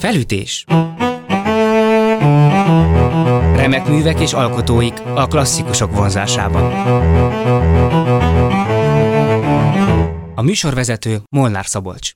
Felütés. Remek művek és alkotóik a klasszikusok vonzásában. A műsorvezető Molnár Szabolcs.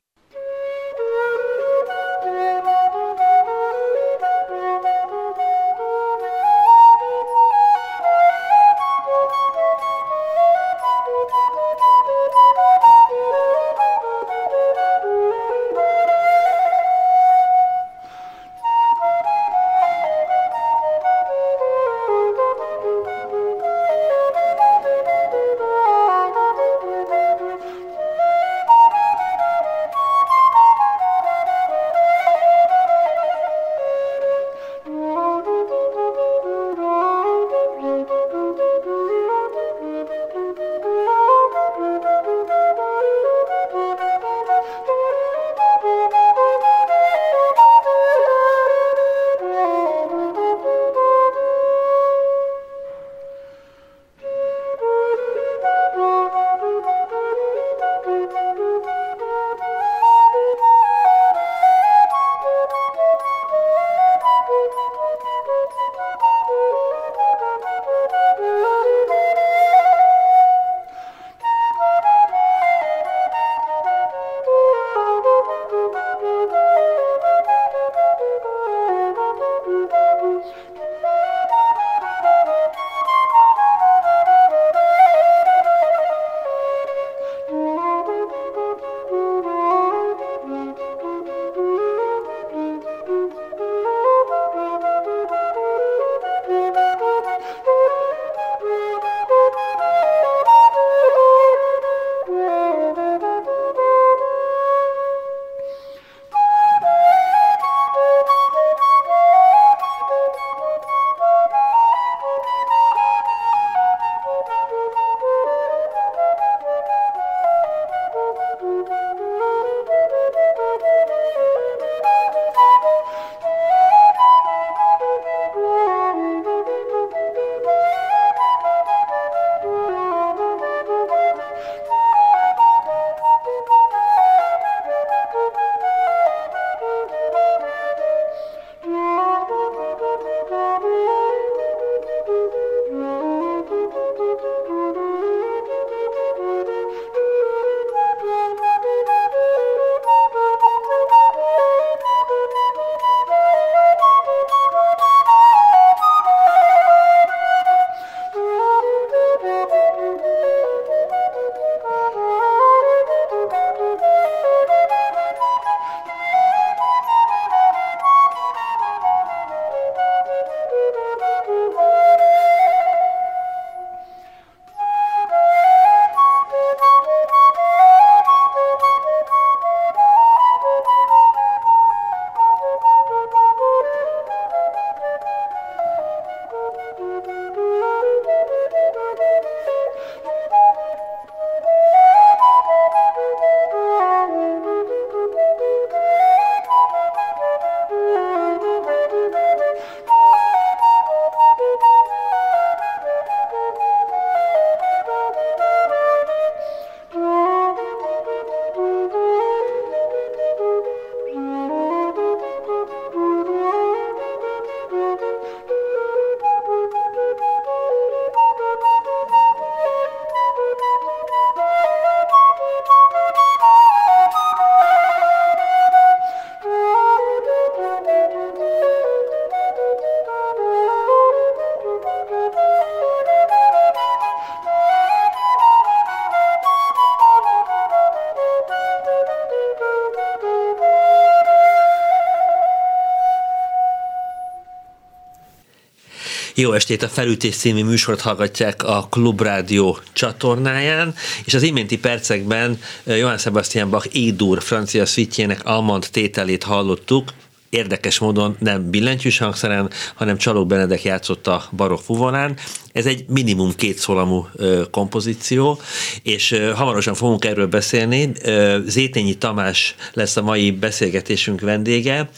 Jó estét, a Felütés című műsort hallgatják a Klubrádió csatornáján, és az iménti percekben Johann Sebastian Bach E-dur francia szüitjének Allemande tételét hallottuk. Érdekes módon nem billentyűs hangszeren, hanem Csalók Benedek játszott a barokk fuvolán, ez egy minimum 2 szólamú kompozíció, és hamarosan fogunk erről beszélni. Zétényi Tamás lesz a mai beszélgetésünk vendége.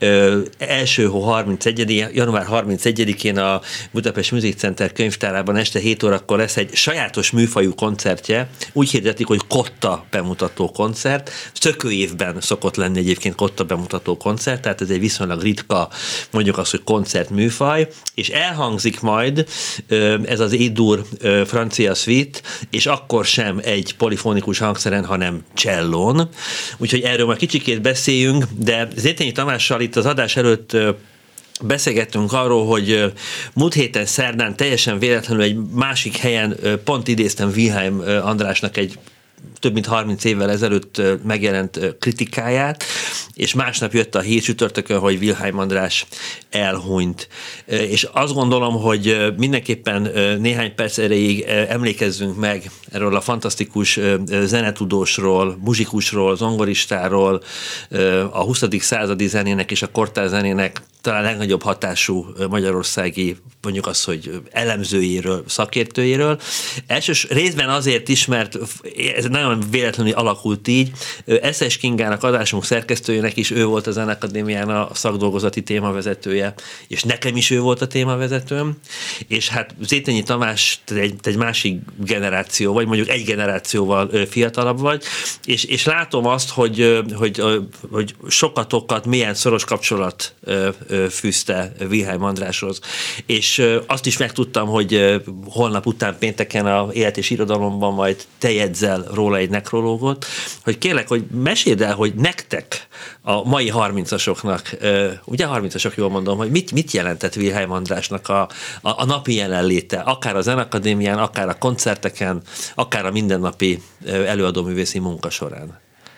Január 31-én a Budapest Music Center könyvtárában este 7 órakor lesz egy sajátos műfajú koncertje. Úgy hirdetik, hogy kotta bemutató koncert. Szökőévben szokott lenni egyébként kotta bemutató koncert, tehát ez egy viszonylag ritka, mondjuk azt, hogy koncertműfaj, és elhangzik majd ez az E-dur francia suite, és akkor sem egy polifonikus hangszeren, hanem csellón. Úgyhogy erről majd kicsikét beszéljünk, de Zétényi Tamással itt az adás előtt beszélgettünk arról, hogy múlt héten szerdán teljesen véletlenül egy másik helyen pont idéztem Wilhelm Andrásnak egy több mint 30 évvel ezelőtt megjelent kritikáját, és másnap jött a hír csütörtökön, hogy Wilhelm András elhunyt. És azt gondolom, hogy mindenképpen néhány perc erejéig emlékezzünk meg erről a fantasztikus zenetudósról, muzsikusról, zongoristáról, a 20. századi zenének és a kortárs zenének talán legnagyobb hatású magyarországi, mondjuk azt, hogy elemzőjéről, szakértőjéről. Elsős részben azért is, mert ez nagyon véletlenül alakult így. Eszes Kingának, adásunk szerkesztőjének is ő volt a Zeneakadémián a szakdolgozati témavezetője, és nekem is ő volt a témavezetőm, és hát Zétényi Tamás egy másik generáció, vagy mondjuk egy generációval fiatalabb vagy, és látom azt, hogy sokatokat milyen szoros kapcsolat fűzte Wilhelm Andráshoz. És azt is megtudtam, hogy holnap után pénteken a Élet és Irodalomban majd te jegyzel róla egy nekrológot, hogy kérlek, hogy meséld el, hogy nektek, a mai 30-asoknak, ugye 30-asok jól mondom, hogy mit jelentett Wilhelm Andrásnak a napi jelenléte, akár a Zeneakadémián, akár a koncerteken, akár a mindennapi előadóművészi munka során?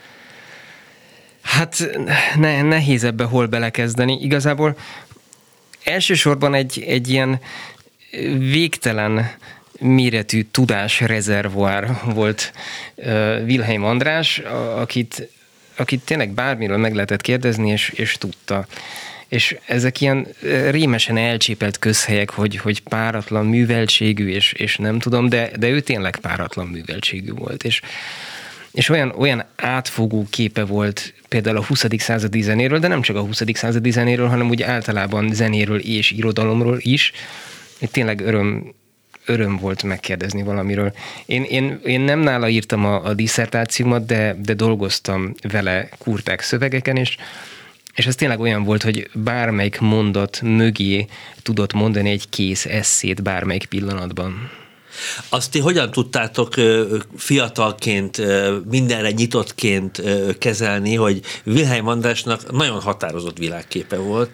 Hát nehéz ebbe hol belekezdeni. Igazából elsősorban egy ilyen végtelen méretű tudásrezervoár volt Wilhelm András, akit tényleg bármiről meg lehetett kérdezni, és tudta. És ezek ilyen rémesen elcsépelt közhelyek, hogy páratlan műveltségű, és nem tudom, de ő tényleg páratlan műveltségű volt. És olyan átfogó képe volt például a 20. századi zenéről, de nem csak a 20. századi zenéről, hanem úgy általában zenéről és irodalomról is. Tényleg öröm volt megkérdezni valamiről. Én nem nála írtam a disszertációmat, de dolgoztam vele kurták szövegeken, és ez tényleg olyan volt, hogy bármelyik mondat mögé tudott mondani egy kész esszét bármelyik pillanatban. Azt ti hogyan tudtátok fiatalként, mindenre nyitottként kezelni, hogy Wilhelm Andrásnak nagyon határozott világképe volt,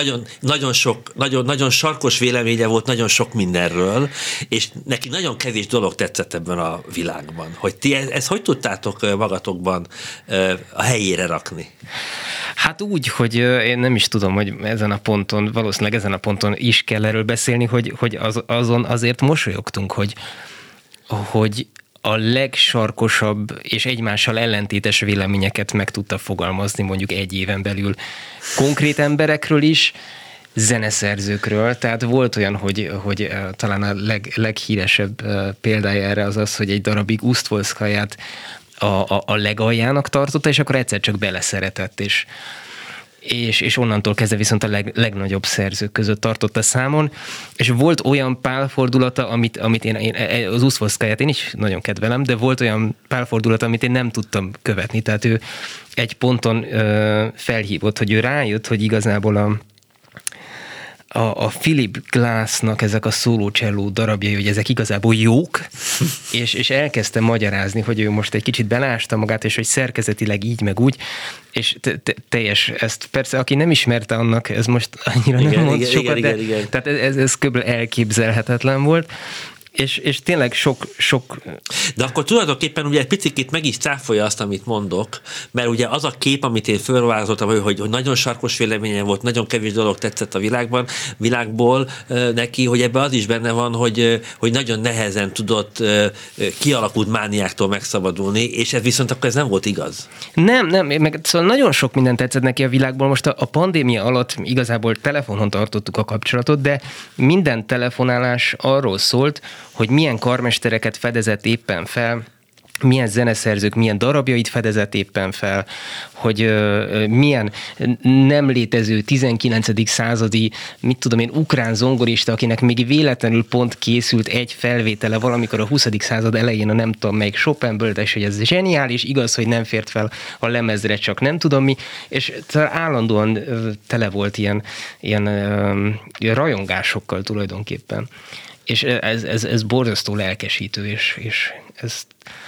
nagyon sarkos véleménye volt nagyon sok mindenről, és neki nagyon kevés dolog tetszett ebben a világban. Hogy ti ezt hogy tudtátok magatokban a helyére rakni? Hát úgy, hogy én nem is tudom, hogy valószínűleg ezen a ponton is kell erről beszélni, hogy azon azért mosolyogtunk, hogy a legsarkosabb és egymással ellentétes véleményeket meg tudta fogalmazni mondjuk egy éven belül konkrét emberekről is, zeneszerzőkről, tehát volt olyan, hogy talán a leghíresebb példája erre az, hogy egy darabig Ustvolszkaját a legaljának tartotta, és akkor egyszer csak beleszeretett, és onnantól kezdve viszont a legnagyobb szerzők között tartotta számon, és volt olyan pálfordulata, amit én az Ustvolszkaját én is nagyon kedvelem, de volt olyan pálfordulata, amit én nem tudtam követni, tehát ő egy ponton felhívott, hogy ő rájött, hogy igazából a Philip Glassnak ezek a szólócselló darabjai, hogy ezek igazából jók, és elkezdte magyarázni, hogy ő most egy kicsit belásta magát, és hogy szerkezetileg így meg úgy, és teljes, ezt persze, aki nem ismerte annak, ez most annyira nem mond sokat, de tehát ez kb. Elképzelhetetlen volt, és tényleg sok... De akkor tulajdonképpen ugye egy picit meg is cáfolja azt, amit mondok, mert ugye az a kép, amit én fölvázoltam, hogy nagyon sarkos véleménye volt, nagyon kevés dolog tetszett a világból neki, hogy ebben az is benne van, hogy nagyon nehezen tudott kialakult mániáktól megszabadulni, és ez viszont akkor ez nem volt igaz. Nem, meg szóval nagyon sok minden tetszett neki a világból. Most a pandémia alatt igazából telefonon tartottuk a kapcsolatot, de minden telefonálás arról szólt, hogy milyen karmestereket fedezett éppen fel, milyen zeneszerzők, milyen darabjait fedezett éppen fel, hogy milyen nem létező 19. századi, mit tudom én, ukrán zongorista, akinek még véletlenül pont készült egy felvétele valamikor a 20. század elején, a nem tudom melyik Chopinből, és hogy ez zseniális, igaz, hogy nem fért fel a lemezre, csak nem tudom mi, és állandóan tele volt ilyen rajongásokkal tulajdonképpen. És ez borzasztó lelkesítő, és ez...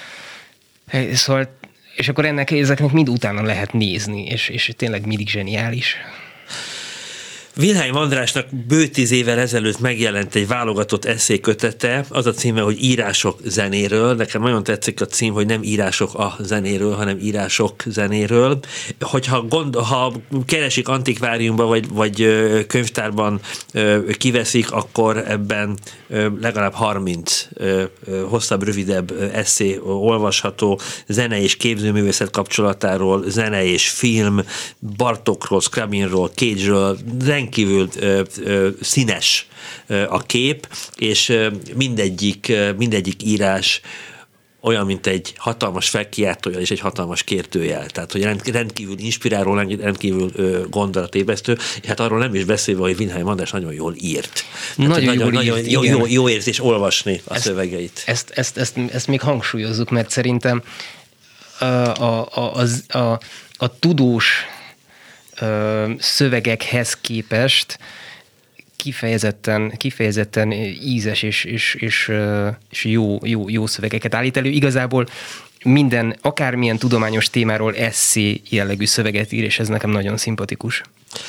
Szóval, és akkor ezeknek mind utána lehet nézni, és tényleg mindig zseniális. Wilhelm Andrásnak bő 10 évvel ezelőtt megjelent egy válogatott esszékötete, az a címe, hogy Írások zenéről. Nekem nagyon tetszik a cím, hogy nem írások a zenéről, hanem írások zenéről. Hogyha ha keresik antikváriumban vagy könyvtárban kiveszik, akkor ebben legalább 30 hosszabb, rövidebb esszé olvasható zene és képzőművészet kapcsolatáról, zene és film, Bartókról, Scriabinról, Cage-ről, rendkívül színes a kép, és mindegyik írás olyan, mint egy hatalmas felkiáltójel és egy hatalmas kértőjel. Tehát, hogy rendkívül inspiráló, rendkívül gondolatébresztő, és hát arról nem is beszélve, hogy Wilhelm András nagyon jól írt. Nagyon jó érzés olvasni a szövegeit. Ezt még hangsúlyozzuk, mert szerintem a tudós szövegekhez képest kifejezetten ízes és jó szövegeket állít elő. Igazából minden, akármilyen tudományos témáról esszé jellegű szöveget ír, és ez nekem nagyon szimpatikus.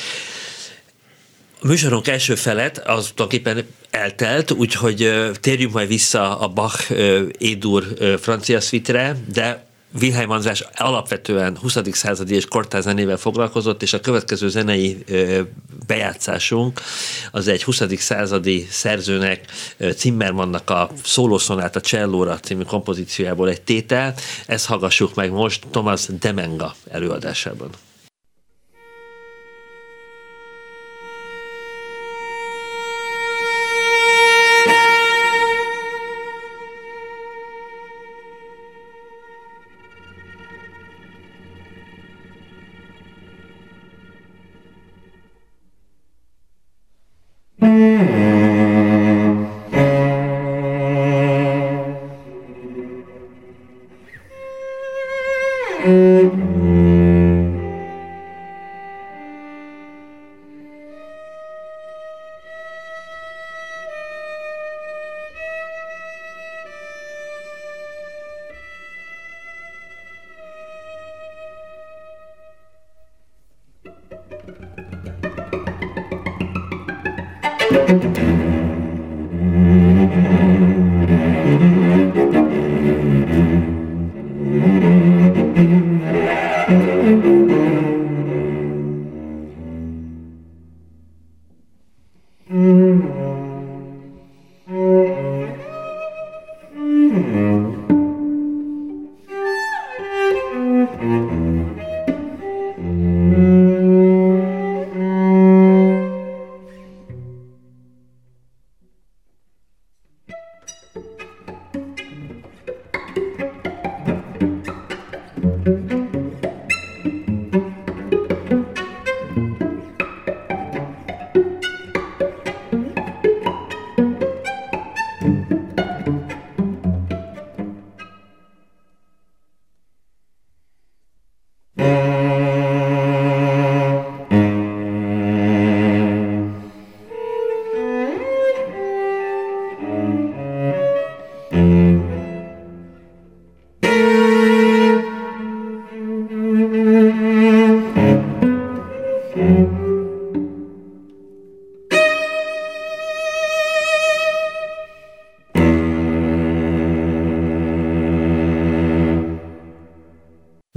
A műsorunk első felet az tulajdonképpen eltelt, úgyhogy térjünk majd vissza a Bach E-dur francia szvitre, de Wilhelm András alapvetően 20. századi és kortárs zenével foglalkozott, és a következő zenei bejátszásunk az egy 20. századi szerzőnek, Zimmermannnak a Szólószonáta csellóra című kompozíciójából egy tétel. Ezt hallgassuk meg most Thomas Demenga előadásában.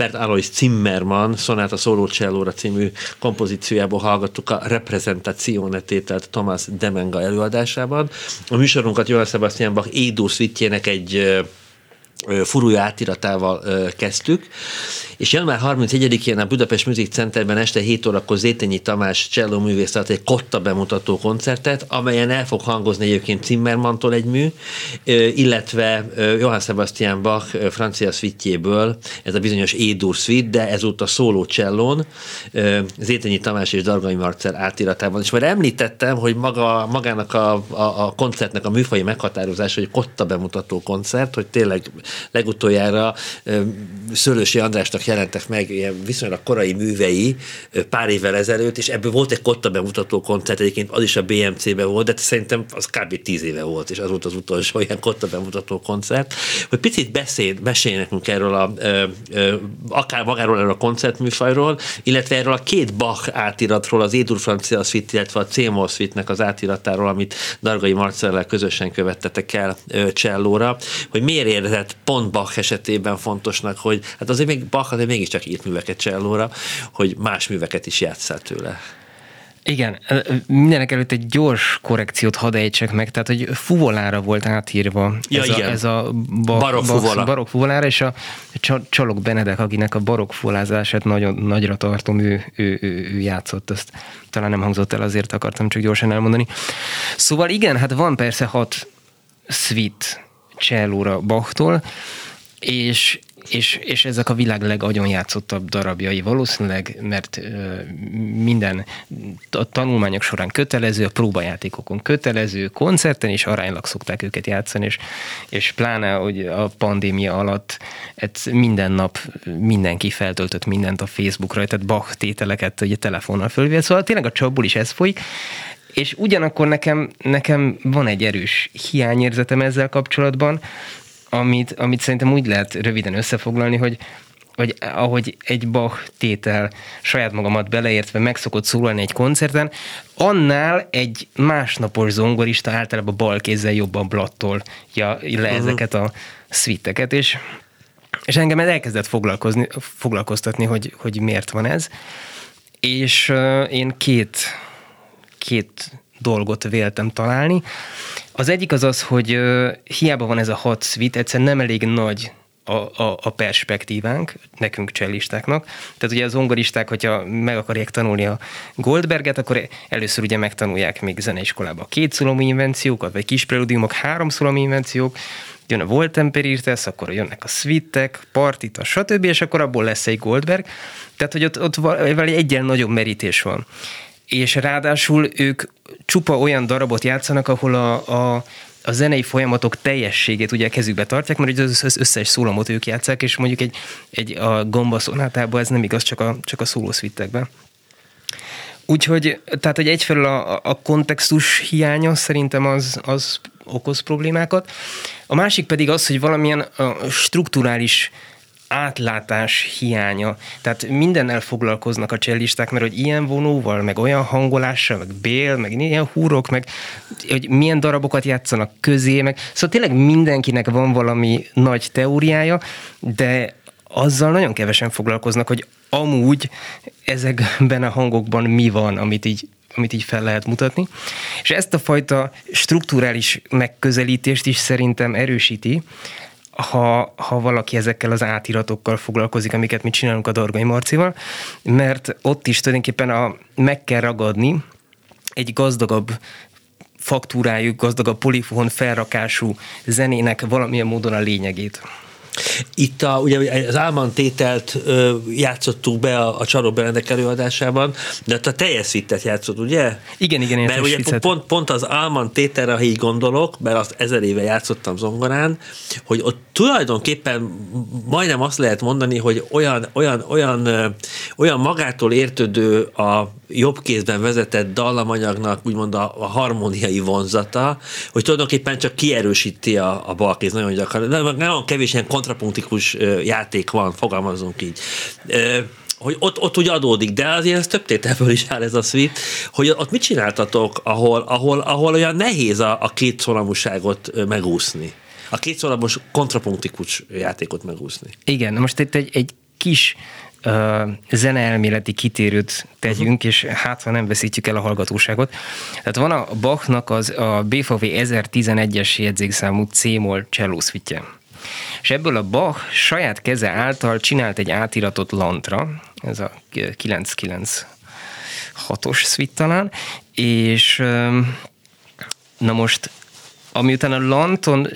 Herbert Alois Zimmermann Sonata Solo Cellóra című kompozíciójából hallgattuk a Representazione tételt Thomas Demenga előadásában. A műsorunkat Johann Sebastian Bach E-dur szvittjének egy furúja átiratával kezdtük, és január 31-én a Budapest Music Centerben este 7 órakor Zétényi Tamás cselló művész tart egy kotta bemutató koncertet, amelyen el fog hangozni egyébként Zimmermanntól egy mű, illetve Johann Sebastian Bach francia szvittjéből, ez a bizonyos E-dur szvitt, de ezúttal szóló csellón, Zétényi Tamás és Dargai Marcell átiratában. És már említettem, hogy magának a koncertnek a műfaji meghatározása, hogy kotta bemutató koncert, hogy tényleg legutoljára Szőlősi Andrásnak jelentek meg ilyen viszonylag korai művei pár évvel ezelőtt, és ebből volt egy kotta bemutató koncert, egyébként az is a BMC-ben volt, de szerintem az kb. 10 éve volt, és az volt az utolsó ilyen kotta bemutató koncert. Hogy picit mesélj nekünk erről akár magáról erről a koncertműfajról, illetve erről a két Bach átiratról, az E-dur francia szvitt, illetve a C-moll szvittnek az átiratáról, amit Dargai Marcellel közösen követtetek el csellóra, hogy miért érzett pont Bach esetében fontosnak, hogy hát azért még Bach azért mégiscsak írt műveket csellóra, hogy más műveket is játsszál tőle. Igen, mindenek előtt egy gyors korrekciót hadd ejtsek meg, tehát hogy fuvolára volt átírva ez a barokk fuvolára, és a Csalog Benedek, akinek a barokk fuvolázását nagyon nagyra tartom, ő játszott, ezt talán nem hangzott el, azért akartam csak gyorsan elmondani. Szóval igen, hát van persze 6 szvitt csellóra Bachtól, és ezek a világ legagyonjátszottabb darabjai valószínűleg, mert minden a tanulmányok során kötelező, a próbajátékokon kötelező, koncerten is aránylag szokták őket játszani, és pláne, hogy a pandémia alatt minden nap mindenki feltöltött mindent a Facebookra, tehát Bach tételeket ugye telefonnal fölvélt, szóval tényleg a csapból is ez folyik, és ugyanakkor nekem van egy erős hiányérzetem ezzel kapcsolatban, amit szerintem úgy lehet röviden összefoglalni, hogy ahogy egy Bach tétel saját magamat beleértve meg szokott szólalni egy koncerten, annál egy másnapos zongorista általában bal kézzel jobban blattolja le ezeket a szvitteket, és engem elkezdett foglalkoztatni, hogy miért van ez. És én két dolgot véltem találni. Az egyik az, hogy hiába van ez a 6 szvitt, egyszerűen nem elég nagy a perspektívánk, nekünk cellistáknak. Tehát ugye a zongoristák, hogyha meg akarják tanulni a Goldberget, akkor először ugye megtanulják még zeneiskolában a 2 szólamú invenciókat, vagy kis preludiumok, 3 szólamú invenciók, jön a Wohltemperiertes, akkor jönnek a szvittek, partita, stb., és akkor abból lesz egy Goldberg. Tehát, hogy ott egyen nagyobb merítés van. És ráadásul ők csupa olyan darabot játszanak, ahol a zenei folyamatok teljességét ugye a kezükbe tartják, mert az összes szólamot ők játsszák, és mondjuk a gomba szonátában ez nem igaz, csak a szólószvittekben. Úgyhogy, tehát hogy egyfelől a kontextus hiánya szerintem az okoz problémákat. A másik pedig az, hogy valamilyen strukturális átlátás hiánya. Tehát mindennel foglalkoznak a cellisták, mert hogy ilyen vonóval, meg olyan hangolással, meg bél, meg ilyen húrok, meg hogy milyen darabokat játszanak közé, meg szóval tényleg mindenkinek van valami nagy teóriája, de azzal nagyon kevesen foglalkoznak, hogy amúgy ezekben a hangokban mi van, amit így fel lehet mutatni. És ezt a fajta strukturális megközelítést is szerintem erősíti, ha valaki ezekkel az átiratokkal foglalkozik, amiket mi csinálunk a Dargai Marcival, mert ott is tulajdonképpen meg kell ragadni egy gazdagabb faktúrájú, gazdagabb polifón felrakású zenének valamilyen módon a lényegét. Itt ugye az Álman tételt játszottuk be a Csaló Benedek előadásában, de ott a teljes szvittet játszott, ugye? Igen. Mert ugye pont az Álman tételre, ha így gondolok, mert azt 1000 éve játszottam zongorán, hogy ott tulajdonképpen majdnem azt lehet mondani, hogy olyan magától értődő a jobb kézben vezetett dallamanyagnak úgymond a harmóniai vonzata, hogy tulajdonképpen csak kierősíti a bal kéz nagyon gyakran. Nagyon kevés ilyen kontrapunktikus játék van, fogalmazzunk így. Hogy ott úgy adódik, de azért ez több tételből is áll ez a suite, hogy ott mit csináltatok, ahol olyan nehéz a kétszólamúságot megúszni? A kétszólamos kontrapunktikus játékot megúszni. Igen, most itt egy kis zeneelméleti kitérőt tegyünk, és hát ha nem veszítjük el a hallgatóságot. Tehát van a Bachnak a BFV 1011-es jegyzékszámú C-moll cello szvitje. És ebből a Bach saját keze által csinált egy átiratot lantra, ez a 996-os szvit talán, és na most, amiután a lanton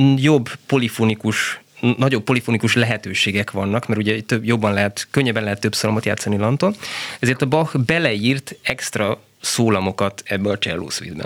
nagyobb polifonikus lehetőségek vannak, mert ugye könnyebben lehet több szólamot játszani lanton, ezért a Bach beleírt extra szólamokat ebbe a cello szvitbe.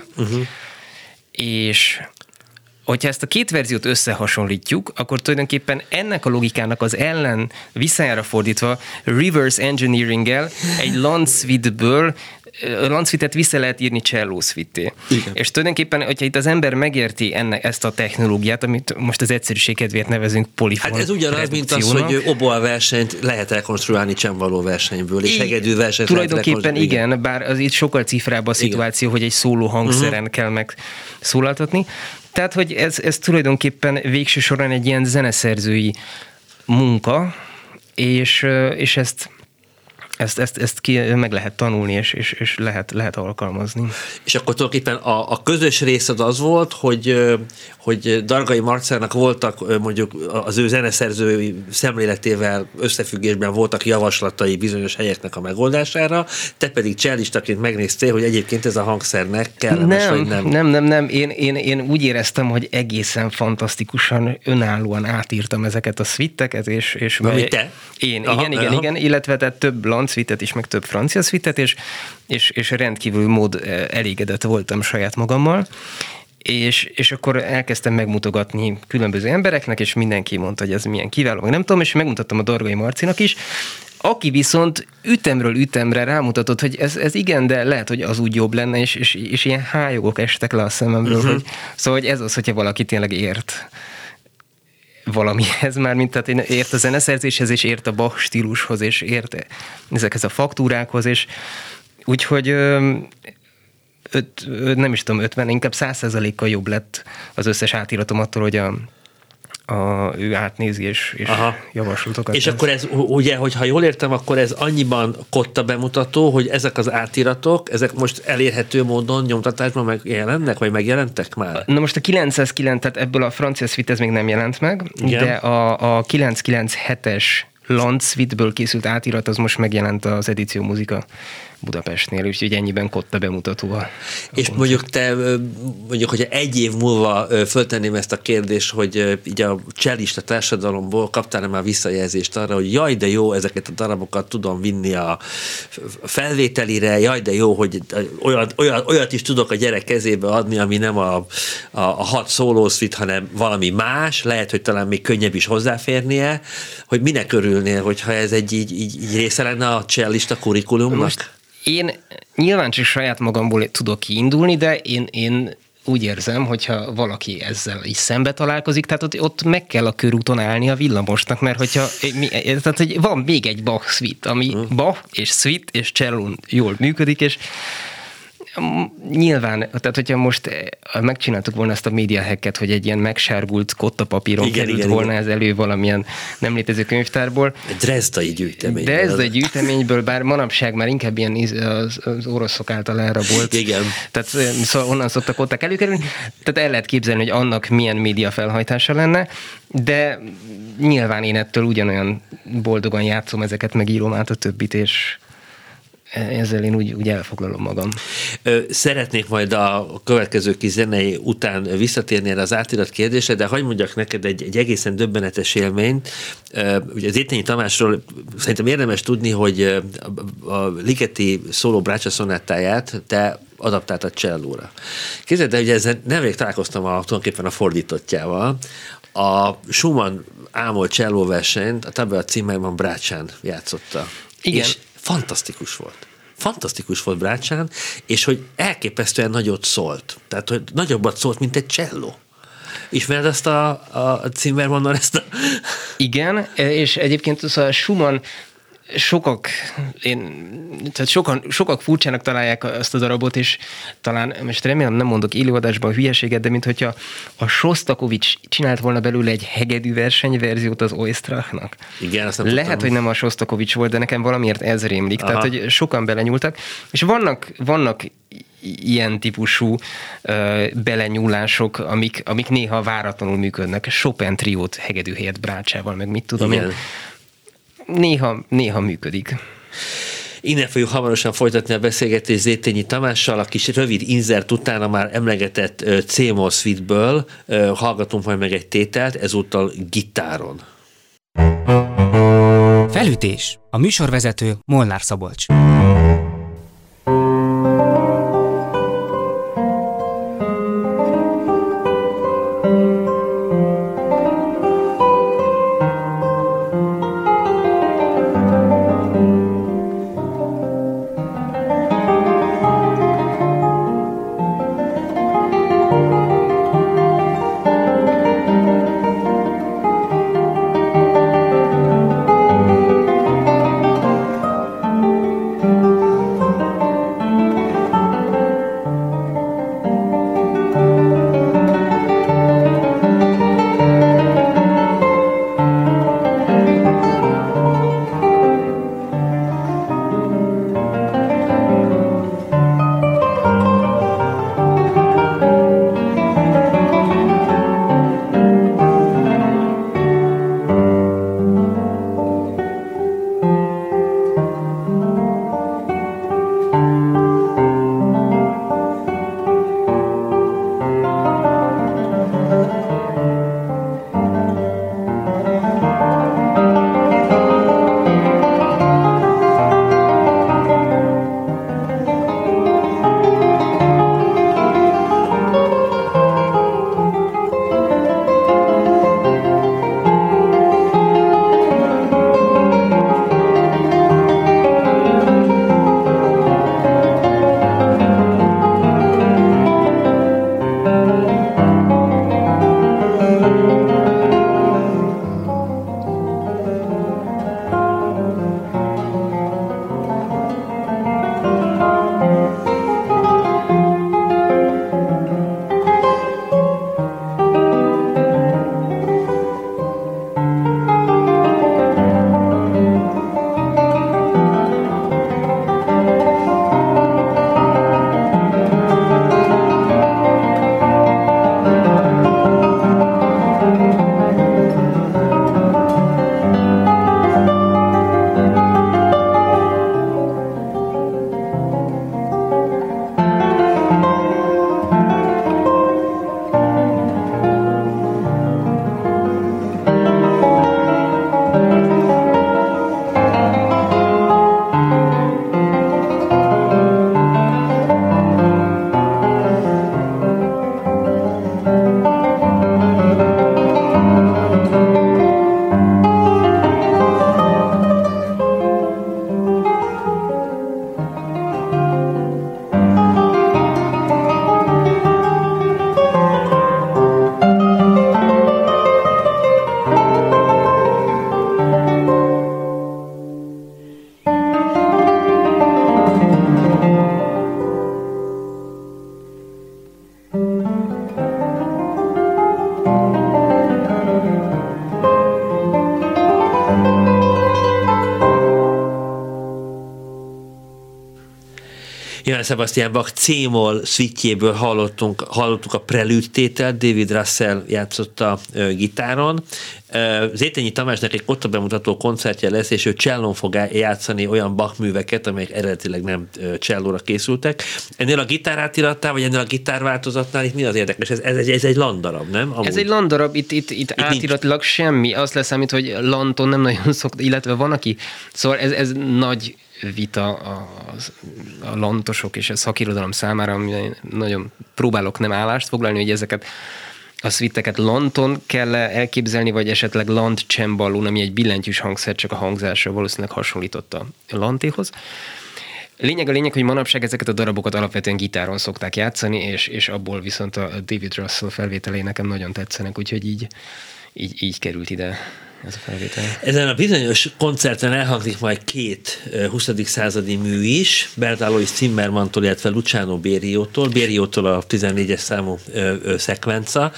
És hogyha ezt a két verziót összehasonlítjuk, akkor tulajdonképpen ennek a logikának az ellen visszájára fordítva reverse engineering-el egy Landszvitből Landszvitet vissza lehet írni cello szvitté. És tulajdonképpen, hogyha itt az ember megérti ezt a technológiát, amit most az egyszerűség kedvéért nevezünk polifon. Hát ez ugyanaz, mint az, hogy oboa versenyt lehet rekonstruálni csembaló versenyből, és hegedű versenyt tulajdonképpen igen, bár az itt sokkal cifrább a szituáció, hogy egy szóló hangszeren kell megszólaltatni. Tehát, hogy ez tulajdonképpen végső soron egy ilyen zeneszerzői munka, és ezt meg lehet tanulni, és lehet alkalmazni. És akkor tulajdonképpen a közös rész az volt, hogy Dargai Marcelnak voltak mondjuk az ő zeneszerzői szemléletével összefüggésben voltak javaslatai bizonyos helyeknek a megoldására, te pedig cellistaként megnéztél, hogy egyébként ez a hangszernek kellemes, vagy nem? Nem. Én úgy éreztem, hogy egészen fantasztikusan, önállóan átírtam ezeket a szvitteket, és te? Igen, illetve tehát több Landszvitet is, meg több francia szvitet, és rendkívül elégedett voltam saját magammal, és akkor elkezdtem megmutogatni különböző embereknek, és mindenki mondta, hogy ez milyen kiváló, meg nem tudom, és megmutattam a Dargai Marcinak is, aki viszont ütemről ütemre rámutatott, hogy ez igen, de lehet, hogy az úgy jobb lenne, és ilyen hályogok estek le a szememből, hogy, szóval hogy ez az, hogyha valaki tényleg ért valamihez már, mint tehát ért a zeneszerzéshez, és ért a Bach stílushoz, és ért ezekhez a faktúrákhoz, és úgyhogy nem is tudom, 50, inkább 100%-kal jobb lett az összes átiratom attól, hogy ő átnézi és javaslatokat. És akkor ez, ugye, hogyha jól értem, akkor ez annyiban kotta bemutató, hogy ezek az átiratok, ezek most elérhető módon nyomtatásban megjelennek, vagy megjelentek már? Na most a 909, tehát ebből a francia szvit ez még nem jelent meg, igen. De a 997-es Landszvitből készült átirat, az most megjelent az Edíció Muzika Budapestnél, úgyhogy ennyiben kotta bemutató. És mondjuk, hogyha egy év múlva föltenném ezt a kérdést, hogy így a csellista társadalomból kaptál már visszajelzést arra, hogy jaj, de jó, ezeket a darabokat tudom vinni a felvételire, jaj, de jó, hogy olyat is tudok a gyerek kezébe adni, ami nem a 6 szólószvit, hanem valami más, lehet, hogy talán még könnyebb is hozzáférnie, hogy minek örülnél, hogyha ez így része lenne a csellista kurikulumnak? Most én nyilván csak saját magamból tudok kiindulni, de én úgy érzem, hogyha valaki ezzel is szembe találkozik, tehát ott meg kell a körúton állni a villamosnak, mert tehát, hogy van még egy Bach szvit, ami Bach és szvit és csellón jól működik, és nyilván, tehát hogyha most megcsináltuk volna ezt a média hacket, hogy egy ilyen megsárgult kottapapíron került volna ez elő valamilyen nem létező könyvtárból. Egy drezdai gyűjteményből. Drezdai gyűjteményből, bár manapság már inkább ilyen az oroszok által elrabolt. Igen. Tehát szóval onnan szoktak kották előkerülni. Tehát el lehet képzelni, hogy annak milyen média felhajtása lenne, de nyilván én ettől ugyanolyan boldogan játszom ezeket, megírom át a többit, és ezzel én úgy elfoglalom magam. Szeretnék majd a következő kis zenei után visszatérni erre az átirat kérdésre, de hagyj mondjak neked egy egészen döbbenetes élményt. Ugye az Étényi Tamásról szerintem érdemes tudni, hogy a Ligeti szóló Brácsa szonáttáját te adaptáltad csellóra. Képzeld el, hogy ezzel nemrég találkoztam tulajdonképpen a fordítottjával. A Schumann ámol cselló versenyt a Tabea Zimmermann Brácsán játszotta. Igen. És Fantasztikus volt Brácsán, és hogy elképesztően nagyot szólt. Tehát, hogy nagyobbat szólt, mint egy cselló. Ismered azt a Zimmermannnal ezt a... Igen, és egyébként az a Schumann sokak furcsának találják azt a darabot, és talán, most remélem nem mondok élőadásban a hülyeséget, de minthogyha a Sostakovics csinált volna belőle egy hegedű versenyverziót az Oistrachnak. Igen, azt nem Lehet, tudtam. hogy nem a Sostakovics volt, de nekem valamiért ez rémlik. Aha. Tehát, hogy sokan belenyúltak, és vannak ilyen típusú belenyúlások, amik néha váratlanul működnek. Chopin triót hegedű helyett brácsával, meg mit tudom Igen. én. Néha működik. Innen fogjuk hamarosan folytatni a beszélgetést Zétényi Tamással, a kis rövid insert után a már emlegetett C-moll suite-ből hallgatunk majd meg egy tételt, ezúttal gitáron. Felütés. A műsorvezető Molnár Szabolcs. Johann Sebastian Bach C-moll suite-jéből hallottuk a Prelude tételt, David Russell játszotta gitáron. Zétényi Tamásnak egy kotta bemutató koncertje lesz, és ő csellón fog játszani olyan Bach műveket, amelyek eredetileg nem csellóra készültek. Ennél a gitárátirattál, vagy ennél a gitárváltozatnál itt mi az érdekes? Ez egy landdarab, nem? Amúgy. Ez egy landdarab, itt átiratilag semmi. Azt leszámít, hogy Lanton nem nagyon szokta, illetve van, aki... Szóval ez nagy vita a lantosok és a szakirodalom számára, ami nagyon próbálok nem állást foglalni, hogy ezeket a szvitteket lanton kell elképzelni, vagy esetleg lant cemballón, ami egy billentyűs hangszer, csak a hangzásra valószínűleg hasonlított a lantéhoz. A lényeg, hogy manapság ezeket a darabokat alapvetően gitáron szokták játszani, és abból viszont a David Russell felvételei nekem nagyon tetszenek, úgyhogy így került ide ez a felvétel. Ezen a bizonyos koncerten elhangzik majd 2 20. századi mű is, Bert Alois Zimmermantól, illetve Luciano Beriótól a 14-es számú szekvenca.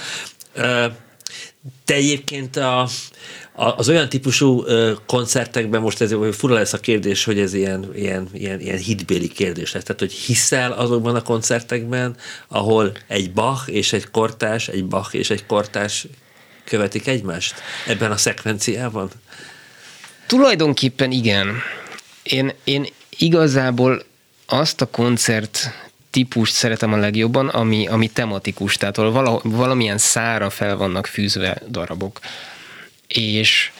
Te egyébként az olyan típusú koncertekben, most ez fura lesz a kérdés, hogy ez ilyen hitbéli kérdés lesz. Tehát, hogy hiszel azokban a koncertekben, ahol egy Bach és egy kortárs követik egymást ebben a szekvenciában? Tulajdonképpen igen. Én igazából azt a koncert típust szeretem a legjobban, ami tematikus, tehát valamilyen szára fel vannak fűzve darabok. És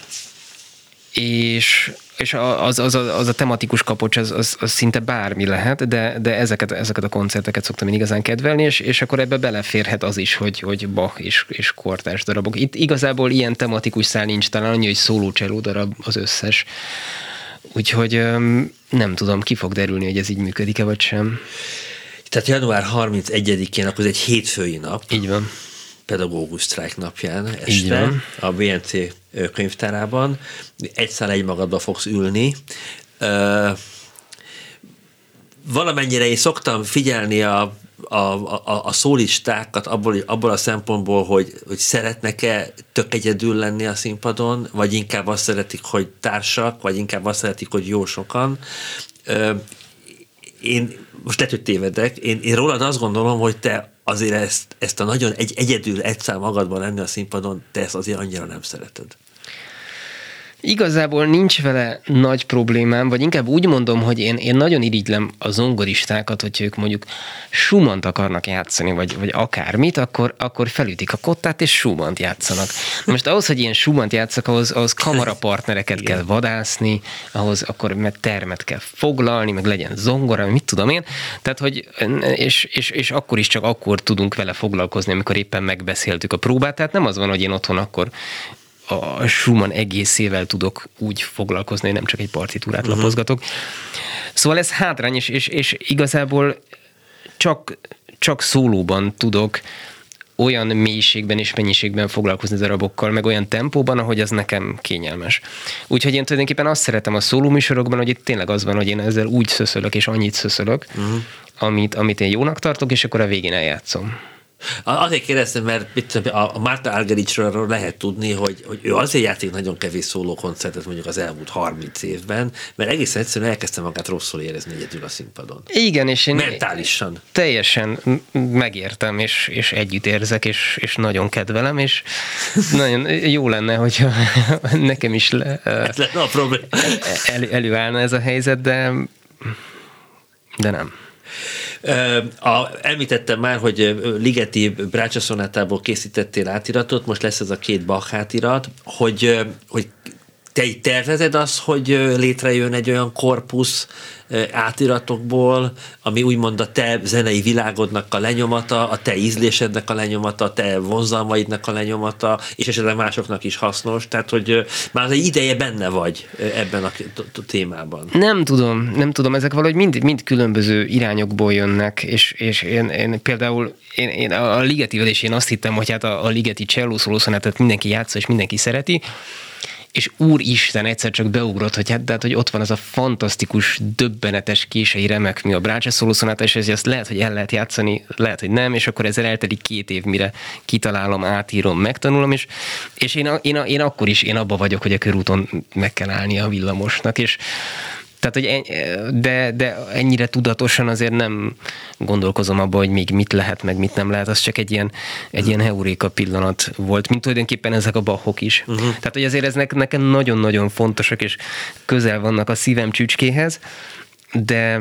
az a tematikus kapocs, az szinte bármi lehet, de ezeket a koncerteket szoktam én igazán kedvelni, és akkor ebbe beleférhet az is, hogy Bach és kortárs darabok. Itt igazából ilyen tematikus szál nincs, talán annyi, hogy szólócselló darab az összes. Úgyhogy nem tudom, ki fog derülni, hogy ez így működik-e, vagy sem. Tehát január 31-én, akkor ez egy hétfői nap. Így van. Pedagógus sztrájk napján este a BNC könyvtárában. Egy szál egy magadba fogsz ülni. Valamennyire én szoktam figyelni a szólistákat abból a szempontból, hogy szeretnek-e tök egyedül lenni a színpadon, vagy inkább azt szeretik, hogy társak, vagy inkább azt szeretik, hogy jó sokan. Én most lehet, hogy tévedek, én rólad azt gondolom, hogy te azért ezt a nagyon egyedül egy szám magadban lenni a színpadon, te ezt azért annyira nem szereted. Igazából nincs vele nagy problémám, vagy inkább úgy mondom, hogy én nagyon irigylem a zongoristákat, hogy ők mondjuk Schumannt akarnak játszani, vagy akármit, akkor felütik a kottát, és Schumannt játszanak. Most ahhoz, hogy ilyen Schumannt játszak, ahhoz kamarapartnereket kell vadászni, ahhoz akkor termet kell foglalni, meg legyen zongora, mit tudom én. Tehát, hogy, és akkor is csak akkor tudunk vele foglalkozni, amikor éppen megbeszéltük a próbát. Tehát nem az van, hogy én otthon akkor a Schumann egészével tudok úgy foglalkozni, hogy nem csak egy partitúrát lapozgatok. Szóval ez hátrány, és igazából csak szólóban tudok olyan mélységben és mennyiségben foglalkozni darabokkal, meg olyan tempóban, ahogy az nekem kényelmes. Úgyhogy én tulajdonképpen azt szeretem a szólóműsorokban, hogy itt tényleg az van, hogy én ezzel úgy szöszölök, és annyit szöszölök, amit én jónak tartok, és akkor a végén eljátszom. Azért kérdeztem, mert a Márta Argericsről lehet tudni, hogy ő azért játszik nagyon kevés szólókoncertet mondjuk az elmúlt 30 évben, mert egészen egyszerűen elkezdte magát rosszul érezni egyedül a színpadon. Igen, és én mentálisan. Teljesen megértem, és együtt érzek, és nagyon kedvelem, és nagyon jó lenne, hogyha nekem is lenne a probléma. Előállna ez a helyzet, de nem. Említettem már, hogy Ligeti Brácsa szonátából készítettél átiratot, most lesz ez a 2 Bach átirat, hogy te így tervezed azt, hogy létrejön egy olyan korpusz átiratokból, ami úgymond a te zenei világodnak a lenyomata, a te ízlésednek a lenyomata, a te vonzalmaidnak a lenyomata, és esetleg másoknak is hasznos, tehát hogy már egy ideje benne vagy ebben a témában. Nem tudom, ezek valahogy mind különböző irányokból jönnek, és én például én a Ligetivel is én azt hittem, hogy hát a Ligeti cselló szólószonátát mindenki játsza, és mindenki szereti, és úristen, egyszer csak beugrott, hogy ott van az a fantasztikus, döbbenetes, kései remekmű, a Brácsa szólószonáta, és ezt lehet, hogy el lehet játszani, lehet, hogy nem, és akkor ezzel eltelik 2 év, mire kitalálom, átírom, megtanulom, és én akkor is abba vagyok, hogy a körúton meg kell állni a villamosnak, és tehát, hogy de ennyire tudatosan azért nem gondolkozom abba, hogy még mit lehet, meg mit nem lehet, az csak egy ilyen heuréka pillanat volt, mint tulajdonképpen ezek a Bachok is. Tehát, hogy azért ez nekem nagyon-nagyon fontosak, és közel vannak a szívem csücskéhez, de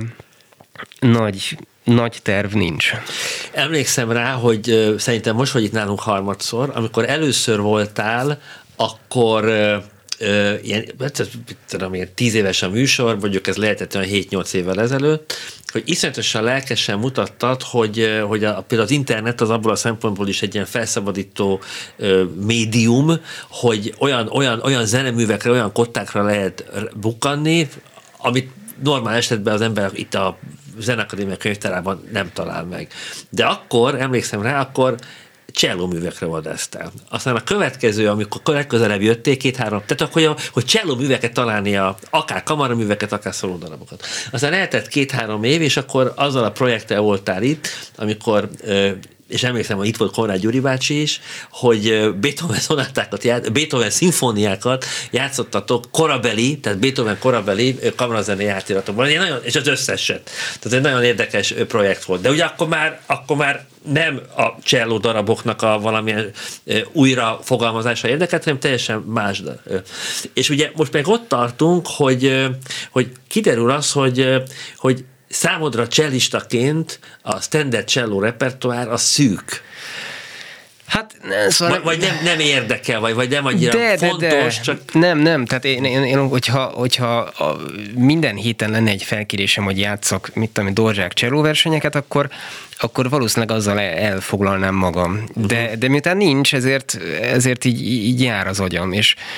nagy terv nincs. Emlékszem rá, hogy szerintem most vagy itt nálunk harmadszor, amikor először voltál, akkor ilyen 10 éves a műsor, mondjuk ez lehetett olyan 7-8 évvel ezelőtt, hogy iszonyatosan lelkesen mutattad, hogy például az internet az abból a szempontból is egy ilyen felszabadító médium, hogy olyan zeneművekre, olyan kottákra lehet bukkanni, amit normál esetben az ember itt a Zeneakadémia könyvtárában nem talál meg. De akkor, emlékszem rá, akkor csellóművekre vadásztál. Aztán a következő, amikor legközelebb jötték, 2-3, tehát hogy csellóműveket találni, akár kamaraműveket, akár szólódarabokat. Aztán eltett 2-3 év, és akkor azzal a projekttel voltál itt, amikor és emlékszem, hogy itt volt Konrád Gyuri bácsi is, hogy Beethoven szimfóniákat játszottatok korabeli, tehát Beethoven korabeli kamarazenei átiratokban, és az összeset. Tehát egy nagyon érdekes projekt volt. De ugye akkor már nem a cselló daraboknak a valamilyen újra fogalmazása érdekelt, hanem teljesen más. És ugye most meg ott tartunk, hogy kiderül az, hogy számodra csellistaként a standard cselló repertoár a szűk. Hát, szóval vagy nem érdekel, vagy nem annyira fontos, csak... Nem, tehát én hogyha minden héten lenne egy felkérésem, hogy játszak, Dvořák csellóversenyeket, akkor valószínűleg azzal elfoglalnám magam. De miután nincs, ezért így jár az agyam,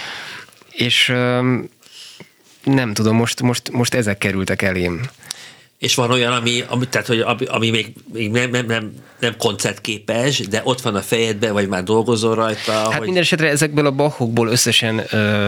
és nem tudom, most ezek kerültek elém. És van olyan, ami még nem koncertképes, de ott van a fejedben, vagy már dolgozol rajta? Hát minden esetre ezekből a Bachokból összesen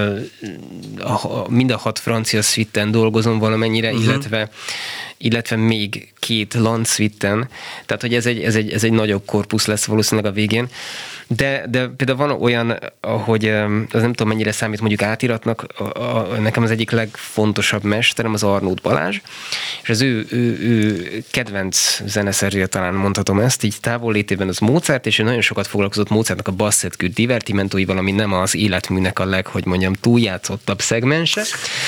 mind a 6 francia szvitten dolgozom valamennyire, illetve még 2 Land szvitten, tehát hogy ez egy nagyobb korpusz lesz valószínűleg a végén. De például van olyan, hogy az nem tudom mennyire számít mondjuk átiratnak, nekem az egyik legfontosabb mesterem az Arnót Balázs, és az ő kedvenc zeneszerzője, talán mondhatom ezt, így távollétében az Mozart, és ő nagyon sokat foglalkozott Mozartnak a Bassettű divertimentóival, ami nem az életműnek a túljátszottabb szegmense.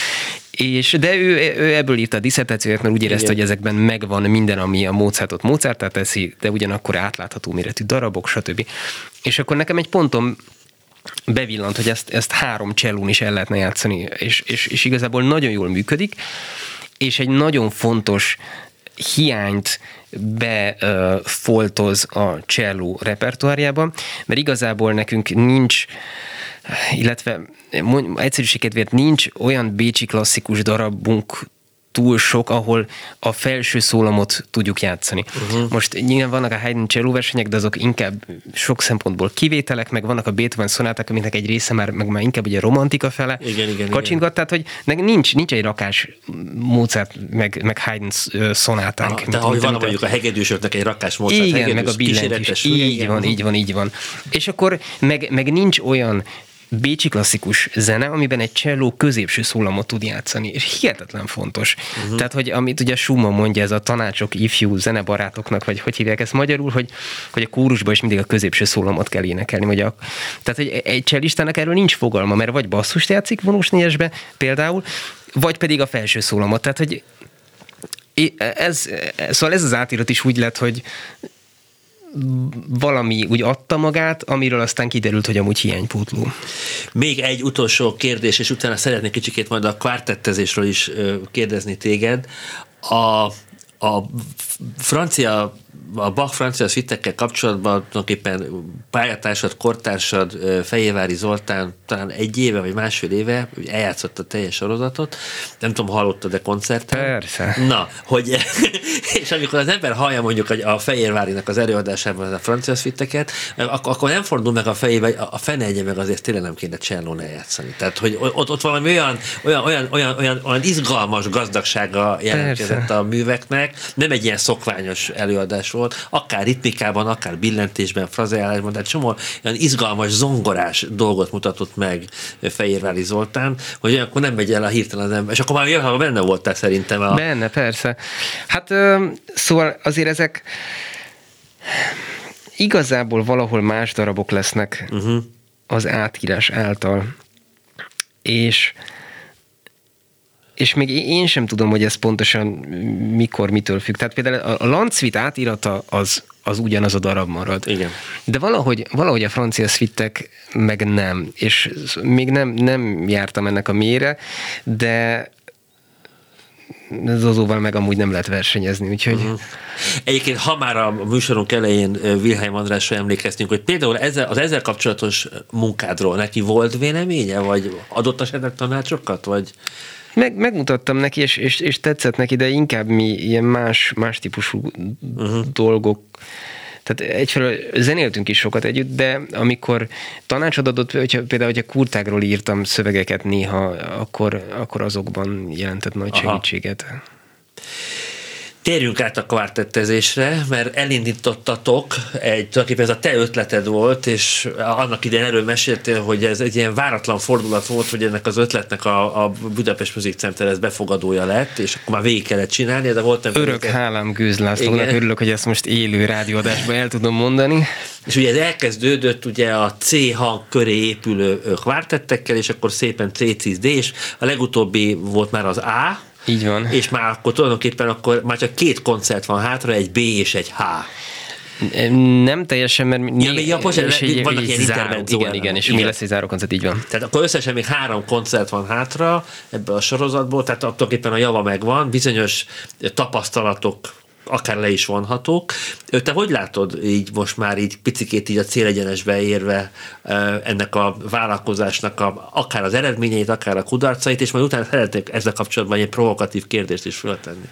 De ő ebből írta a diszertációját, mert úgy érezte, hogy ezekben megvan minden, ami a Mozartot Mozarttá teszi, de ugyanakkor átlátható méretű darabok, stb. És akkor nekem egy ponton bevillant, hogy ezt 3 csellón is el lehetne játszani, és igazából nagyon jól működik, és egy nagyon fontos hiányt befoltoz a cselló repertoárjában, mert igazából nekünk nincs, illetve egyszerűség kedvéért nincs olyan bécsi klasszikus darabunk túl sok, ahol a felső szólamot tudjuk játszani. Most nyilván vannak a Haydn csellóversenyek, de azok inkább sok szempontból kivételek, meg vannak a Beethoven szonáták, aminek egy része már inkább ugye romantika fele kacsingat, tehát hogy nincs egy rakás Mozart meg Haydn szonátánk. De ahogy van mondjuk a hegedűsöknek egy rakás Mozart hegedűs, igen, meg a billentyűs. Így van. És akkor meg nincs olyan bécsi klasszikus zene, amiben egy cselló középső szólamot tud játszani, és hihetetlen fontos. Tehát, hogy amit ugye Schumann mondja, ez a tanácsok ifjú zenebarátoknak, vagy hogy hívják ezt magyarul, hogy a kórusban is mindig a középső szólamot kell énekelni. Tehát, hogy egy cellistának erről nincs fogalma, mert vagy basszust játszik vonós négyesbe például, vagy pedig a felső szólamot. Tehát, hogy szóval ez az átirat is úgy lett, hogy valami úgy adta magát, amiről aztán kiderült, hogy amúgy hiánypótló. Még egy utolsó kérdés, és utána szeretnék kicsikét majd a kvártettezésről is kérdezni téged. A Bach francia szvittekkel kapcsolatban tulajdonképpen pályatársad, kortársad, Fejérvári Zoltán talán 1 éve vagy másfél éve eljátszott a teljes sorozatot. Nem tudom, hallottad-e koncerten? Persze. Na, és amikor az ember hallja mondjuk a Fejérvárinak az előadásában a francia szvitteket, akkor nem fordul meg a fejébe, hogy a fene egye meg azért tényleg nem kéne csellón eljátszani. Tehát, hogy ott valami olyan izgalmas gazdagsága jelentkezett a műveknek, nem egy ilyen szokványos előadás volt, akár ritmikában, akár billentésben, frazeálásban, tehát csomó olyan izgalmas, zongorás dolgot mutatott meg Fejérvári Zoltán, hogy akkor nem megy el a hirtelen az ember. És akkor már benne voltál szerintem. Benne, persze. Hát szóval azért ezek igazából valahol más darabok lesznek az átírás által. És még én sem tudom, hogy ez pontosan mikor, mitől függ. Tehát például a Land Suite átírata az ugyanaz a darab marad. Igen. De valahogy a francia szvittek meg nem. És még nem jártam ennek a mélyre, de Zozóval meg amúgy nem lehet versenyezni, úgyhogy... Egyébként, ha már a műsorunk elején Wilhelm Andrásra emlékeztünk, hogy például az ezzel kapcsolatos munkádról neki volt véleménye, vagy adott esetleg tanácsokat, vagy... Megmutattam neki, és tetszett neki, de inkább mi ilyen más típusú dolgok Tehát egyfelől zenéltünk is sokat együtt, de amikor tanácsot adott, hogyha kurtágról írtam szövegeket néha, akkor azokban jelentett nagy segítséget. Térjünk át a kvartettezésre, mert elindítottatok, tulajdonképpen ez a te ötleted volt, és annak idején erről meséltél, hogy ez egy ilyen váratlan fordulat volt, hogy ennek az ötletnek a Budapest Music Center ez befogadója lett, és akkor már végig kellett csinálni, de volt nem... Örök hálám Gőz Lászlónak, örülök, hogy ezt most élő rádióadásban el tudom mondani. És ugye ez elkezdődött ugye a C hang köré épülő kvartettekkel, és akkor szépen C-C-D, és a legutóbbi volt már az A, így van. És már akkor tulajdonképpen akkor már csak 2 koncert van hátra, egy B és egy H. Nem teljesen, mert vannak ilyen intermedzók. Igen, és mi lesz egy zárókoncert, így van. Tehát akkor összesen még 3 koncert van hátra ebből a sorozatból, tehát tulajdonképpen a java megvan, bizonyos tapasztalatok akár le is vonhatók. Te hogy látod így most már így picikét így a célegyenesbe érve ennek a vállalkozásnak akár az eredményeit, akár a kudarcait, és majd utána szeretnék ezzel kapcsolatban egy provokatív kérdést is föltenni.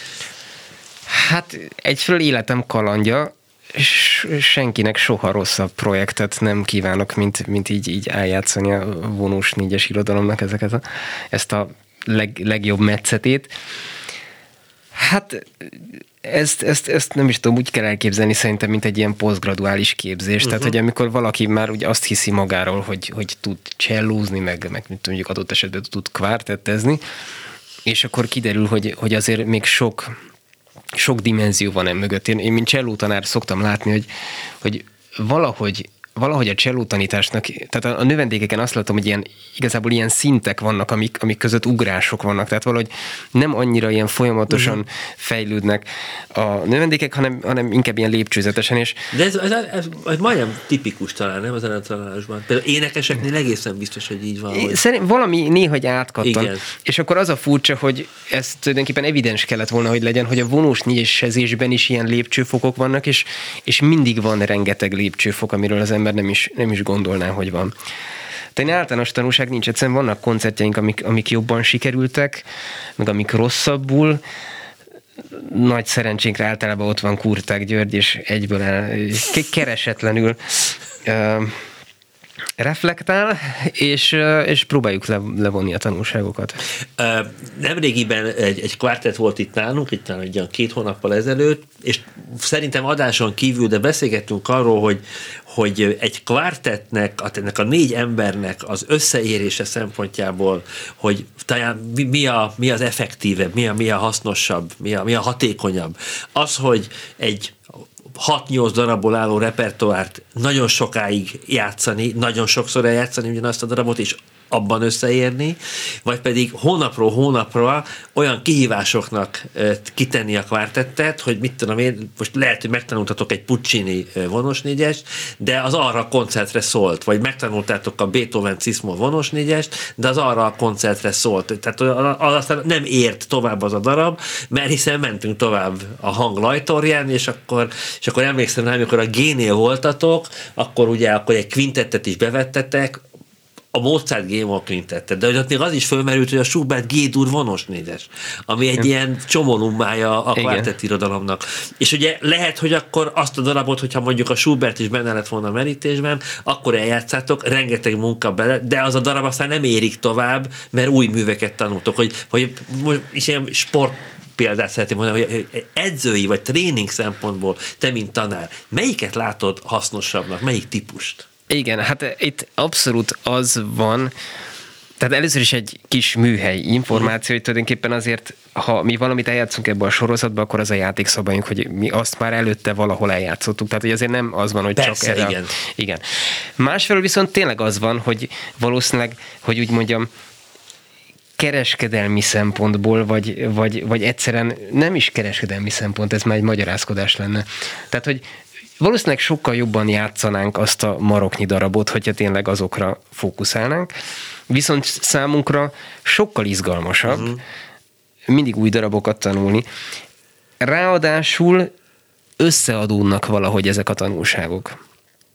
Hát egyfelől életem kalandja, és senkinek soha rosszabb projektet nem kívánok, mint így eljátszani a vonós 4-es irodalomnak ezt a legjobb metszetét. Hát ezt nem is tudom, úgy kell elképzelni szerintem, mint egy ilyen posztgraduális képzés. Tehát, hogy amikor valaki már úgy azt hiszi magáról, hogy tud csellózni, meg mondjuk adott esetben tud kvártettezni, és akkor kiderül, hogy azért még sok dimenzió van mögött. Én mint csellótanár szoktam látni, hogy valahogy a csellótanításnak, tehát a növendékeken azt látom, hogy igazából ilyen szintek vannak, amik között ugrások vannak, tehát valahogy nem annyira ilyen folyamatosan fejlődnek a növendékek, hanem inkább ilyen lépcsőzetesen. De ez majdnem tipikus talán, nem az zenetanulásban. Például énekeseknél egészen biztos, hogy így van. Szerintem valami néha átkattan. Igen. És akkor az a furcsa, hogy ez tulajdonképpen evidens kellett volna, hogy legyen, hogy a vonós 4-esezésben is ilyen lépcsőfokok vannak, és mindig van rengeteg lépcsőfok, amiről az ember nem is gondolná, hogy van. Tehát általános tanulság nincs, egyszerűen vannak koncertjeink, amik jobban sikerültek, meg amik rosszabbul. Nagy szerencsénkre általában ott van Kurtág György, és egyből keresetlenül reflektál, és próbáljuk levonni a tanulságokat. Nemrégiben egy kvartett volt itt nálunk, itt talán egy 2 hónappal ezelőtt, és szerintem adáson kívül, de beszélgettünk arról, hogy egy kvartettnek, ennek a 4 embernek az összeérése szempontjából, hogy talán mi az effektívebb, mi a hasznosabb, mi a hatékonyabb. Az, hogy egy 6-8 darabból álló repertoárt nagyon sokáig játszani, nagyon sokszor eljátszani ugyanazt a darabot, és abban összeérni, vagy pedig hónapról hónapra olyan kihívásoknak kitenni a kvártettet, hogy mit tudom én, most lehet, hogy megtanultatok egy Puccini vonós 4-est, de az arra a koncertre szólt, vagy megtanultátok a Beethoven Cismo vonós 4-est, de az arra a koncertre szólt. Tehát aztán nem ért tovább az a darab, mert hiszen mentünk tovább a hang lajtorján, és akkor emlékszem rá, amikor a G-nél voltatok, akkor egy kvintettet is bevettetek, a Mozart G-moll kvintettet, de ott még az is fölmerült, hogy a Schubert G-dur vonós 4-es, ami egy ilyen csomónummája a kvartett irodalomnak. És ugye lehet, hogy akkor azt a darabot, hogyha mondjuk a Schubert is benne lett volna a merítésben, akkor eljátszátok, rengeteg munka bele, de az a darab aztán nem érik tovább, mert új műveket tanultok, hogy és ilyen sport példát szeretném mondani, hogy edzői vagy tréning szempontból te, mint tanár, melyiket látod hasznosabbnak, melyik típust? Igen, hát itt abszolút az van, tehát először is egy kis műhely információ, hogy tulajdonképpen azért, ha mi valamit eljátszunk ebbe a sorozatba, akkor az a játékszabályunk, hogy mi azt már előtte valahol eljátszottuk, tehát hogy azért nem az van, hogy persze, csak erre. Igen. Igen. Másfelől viszont tényleg az van, hogy valószínűleg, hogy úgy mondjam, kereskedelmi szempontból, vagy egyszerűen nem is kereskedelmi szempont, ez már egy magyarázkodás lenne. Tehát, hogy valószínűleg sokkal jobban játszanánk azt a maroknyi darabot, hogyha tényleg azokra fókuszálnánk. Viszont számunkra sokkal izgalmasabb mindig új darabokat tanulni. Ráadásul összeadódnak valahogy ezek a tanulságok.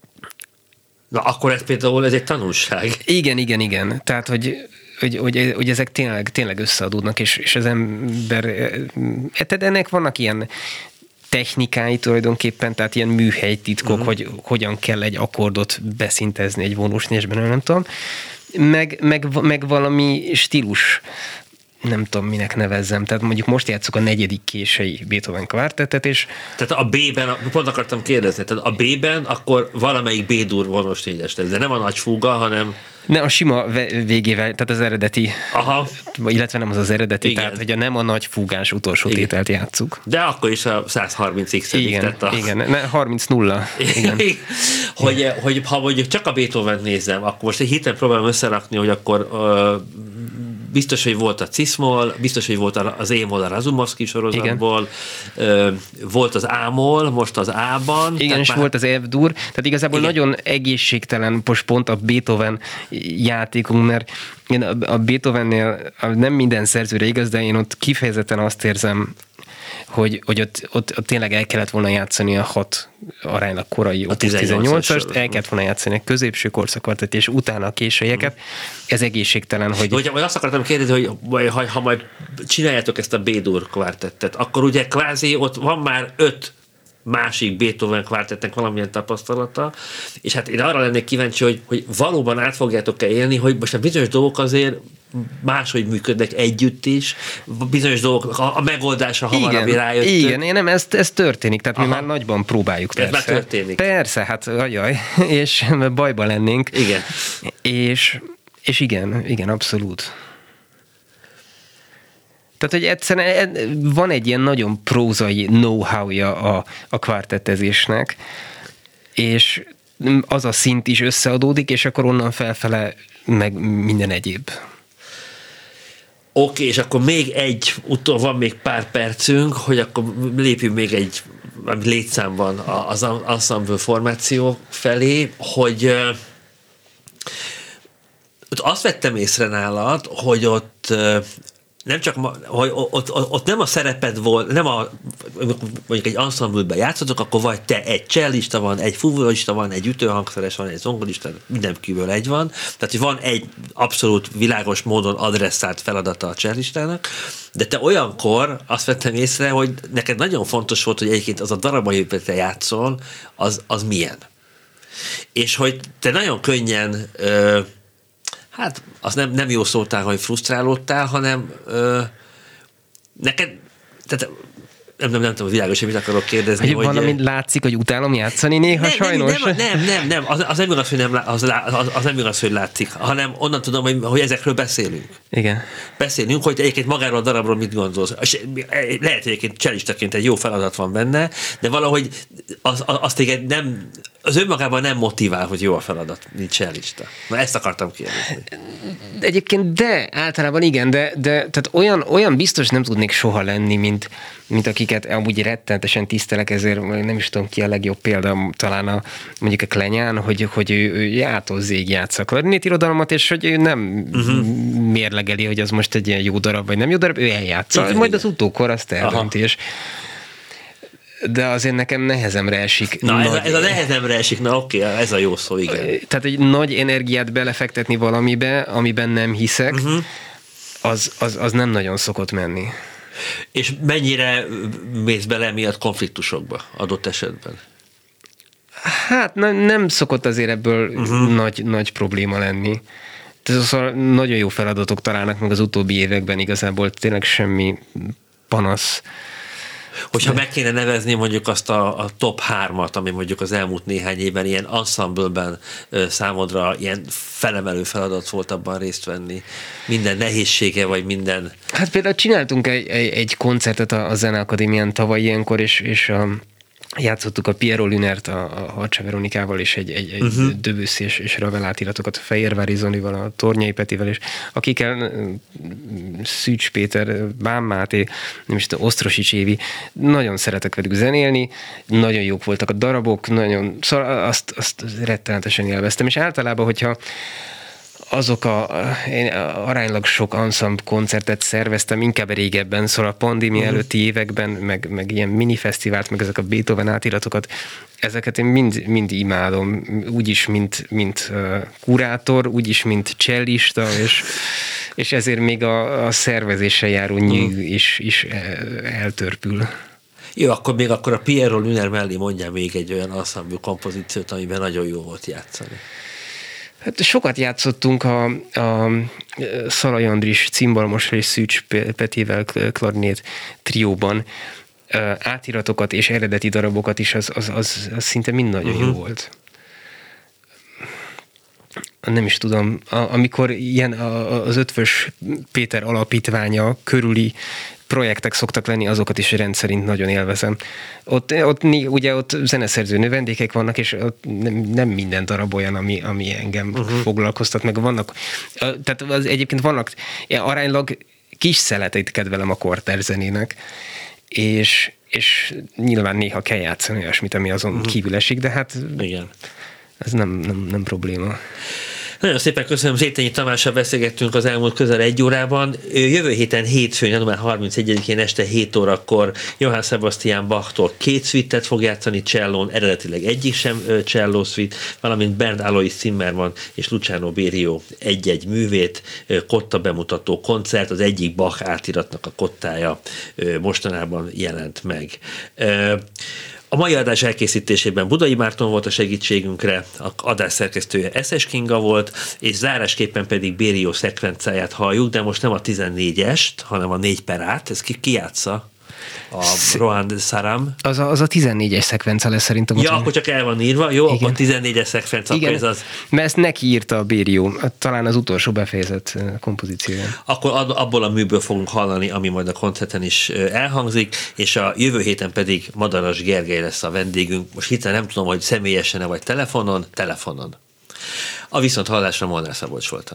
Na, akkor ez például egy tanulság. Igen. Tehát, hogy ezek tényleg összeadódnak, és az ember... Tehát ennek vannak ilyen technikái tulajdonképpen, tehát ilyen műhelytitkok, hogy hogyan kell egy akkordot beszintezni egy vonósnyesben, nem tudom. Meg valami stílus, nem tudom, minek nevezzem. Tehát mondjuk most játsszuk a 4. kései Beethoven kvártettet, és... Tehát a B-ben, pont akartam kérdezni, tehát a B-ben akkor valamelyik B-dur vonós négyes lesz, de nem a nagy fúga, hanem... Nem, a sima végével, tehát az eredeti, Aha. illetve nem az eredeti, Igen. tehát hogy nem a nagy fúgás utolsó tételt játsszuk. De akkor is a 130x. Igen, igen, 30-0. Igen. hogy ha mondjuk csak a Beethoven nézem, akkor most egy hirtelen próbálom összerakni, hogy akkor biztos, hogy volt a Cis-moll, biztos, hogy volt az E-moll a Razumovsky sorozatból, volt az A-moll, most az A-ban. Igen, és volt az F-dur, tehát igazából igen. Nagyon egészségtelen most pont a Beethoven játékunk, mert én a Beethovennél nem minden szerzőre igaz, de én ott kifejezetten azt érzem, hogy ott tényleg el kellett volna játszani a 6 aránylag korai opus 18-ast, el kellett volna játszani a középső korszakvartett, és utána a későieket. Ez egészségtelen, hogy... Vagy azt akartam kérdezni, hogy ha majd csináljátok ezt a B-dur kvártettet, akkor ugye kvázi ott van már 5 másik Beethoven kvártetnek valamilyen tapasztalata, és hát én arra lennék kíváncsi, hogy valóban át fogjátok-e élni, hogy most a bizonyos dolgok azért máshogy működnek együtt is, bizonyos dolgok, a megoldásra hamarabb rájöttök. Igen, nem, ez történik, tehát mi már nagyban próbáljuk. Ez már történik. Persze, hát ajaj, és bajban lennénk. Igen. És igen, abszolút. Tehát, hogy egyszerűen van egy ilyen nagyon prózai know-how-ja a kvártettezésnek, és az a szint is összeadódik, és akkor onnan felfele meg minden egyéb. Oké, és akkor még van még pár percünk, hogy akkor lépjünk még egy létszámban az ensemble formáció felé, hogy azt vettem észre nálad, hogy ott nem csak, hogy ott nem a szereped volt, nem mondjuk egy ensemble-ben játszotok, akkor vagy te egy csellista van, egy fúvólista van, egy ütőhangszeres van, egy zongorista, mindenkiből egy van. Tehát, hogy van egy abszolút világos módon adresszált feladata a cellistának, de te olyankor azt vettem észre, hogy neked nagyon fontos volt, hogy egyébként az a darab, amiben te játszol, az milyen. És hogy te nagyon könnyen hát az nem jó szóltál, hogy frusztrálódtál, hanem neked, tehát nem tudom, világos, mit akarok kérdezni. Hogy van, amit látszik, hogy utálom játszani néha, sajnos. Nem, az nem igaz, hogy az nem igaz, hogy látszik, hanem onnan tudom, hogy ezekről beszélünk. Igen. Beszélünk, hogy egyébként magáról a darabról mit gondolsz. Lehet, hogy egyébként csellistaként egy jó feladat van benne, de valahogy az téged nem, az önmagában nem motivál, hogy jó a feladat, mint cellista. Na ezt akartam kérdezni. Egyébként általában igen, de tehát olyan biztos nem tudnék soha lenni, mint akiket amúgy rettenetesen tisztelek, ezért nem is tudom ki a legjobb példa, talán mondjuk a Klenyán, hogy ő játózzéig játsz a klarinét irodalmat, és hogy ő nem mérlegeli, hogy az most egy ilyen jó darab, vagy nem jó darab, ő eljátsza. Igen, majd az utókor azt eldönti, és de azért nekem nehezemre esik. Na, ez a nehezemre esik, na oké, ez a jó szó, igen. Tehát egy nagy energiát belefektetni valamibe, amiben nem hiszek, az nem nagyon szokott menni. És mennyire mész bele miatt konfliktusokba adott esetben? Hát nem szokott azért ebből nagy probléma lenni. Szóval nagyon jó feladatok találnak meg az utóbbi években, igazából tényleg semmi panasz. Hogyha meg kéne nevezni mondjuk azt a top 3-at, ami mondjuk az elmúlt néhány évben ilyen ensemble-ben számodra ilyen felemelő feladat volt abban részt venni. Minden nehézsége, vagy minden... Hát például csináltunk egy koncertet a Zeneakadémián tavaly ilyenkor, és játszottuk a Piero Lünert a Harcsa Veronikával, és egy Debussy és Ravel átiratokat a Fehérvári Zolival, a Tornyai Petivel, és akikkel Szűcs Péter, Bán Máté, nem is tudom, Osztrosics Évi, nagyon szeretek velük zenélni, nagyon jók voltak a darabok, szóval azt rettenetesen élveztem, és általában, hogyha én aránylag sok ensemble koncertet szerveztem, inkább régebben, szóval a pandémia előtti években, meg ilyen minifesztivált, meg ezek a Beethoven átiratokat, ezeket én mind imádom, úgyis, mint kurátor, úgyis, mint csellista, és ezért még a szervezéssel járó nyűg is eltörpül. Jó, akkor a Piero Luner mellé mondjál még egy olyan ensemble kompozíciót, amiben nagyon jó volt játszani. Hát sokat játszottunk a Szalai Andris cimbalmosra és Szűcs Petivel klarinét trióban. Átiratokat és eredeti darabokat is, az szinte mind nagyon jó volt. Nem is tudom, amikor ilyen az Ötvös Péter alapítványa körüli projektek szoktak lenni, azokat is rendszerint nagyon élvezem. Ott zeneszerző növendékek vannak, és ott nem minden darab olyan, ami engem foglalkoztat, meg vannak, tehát egyébként vannak, aránylag kis szeletét kedvelem a kortárs-zenének, és nyilván néha kell játszani olyasmit, ami azon kívül esik, de hát igen. Ez nem probléma. Nagyon szépen köszönöm, Zétényi Tamással beszélgettünk az elmúlt közel 1 órában. Jövő héten hétfőn, január 31-én este 7 órakor Johann Sebastian Bachtól 2 szvittet fog játszani csellón, eredetileg egyik sem cselló szvit, valamint Bernd Alois Zimmermann és Luciano Berio egy-egy művét, kotta bemutató koncert, az egyik Bach átiratnak a kottája mostanában jelent meg. A mai adás elkészítésében Budai Márton volt a segítségünkre, a adás szerkesztője Eszes Kinga volt, és zárásképpen pedig Berio szekvenciáját halljuk, de most nem a 14-est, hanem a 4 per át. Ez ki játsza? A Rohan de Saram. Az a 14-es szekvencia lesz szerintem. Ja, akkor csak el van írva. Jó, igen. Akkor 14-es szekvencia, akkor ez az. Mert ezt neki írta a Berio, talán az utolsó befejezett kompozíciója. Akkor abból a műből fogunk hallani, ami majd a koncerten is elhangzik, és a jövő héten pedig Madaras Gergely lesz a vendégünk. Most hirtelen nem tudom, hogy személyesen vagy telefonon. A viszonthallásra Molnár Szabolcs voltam.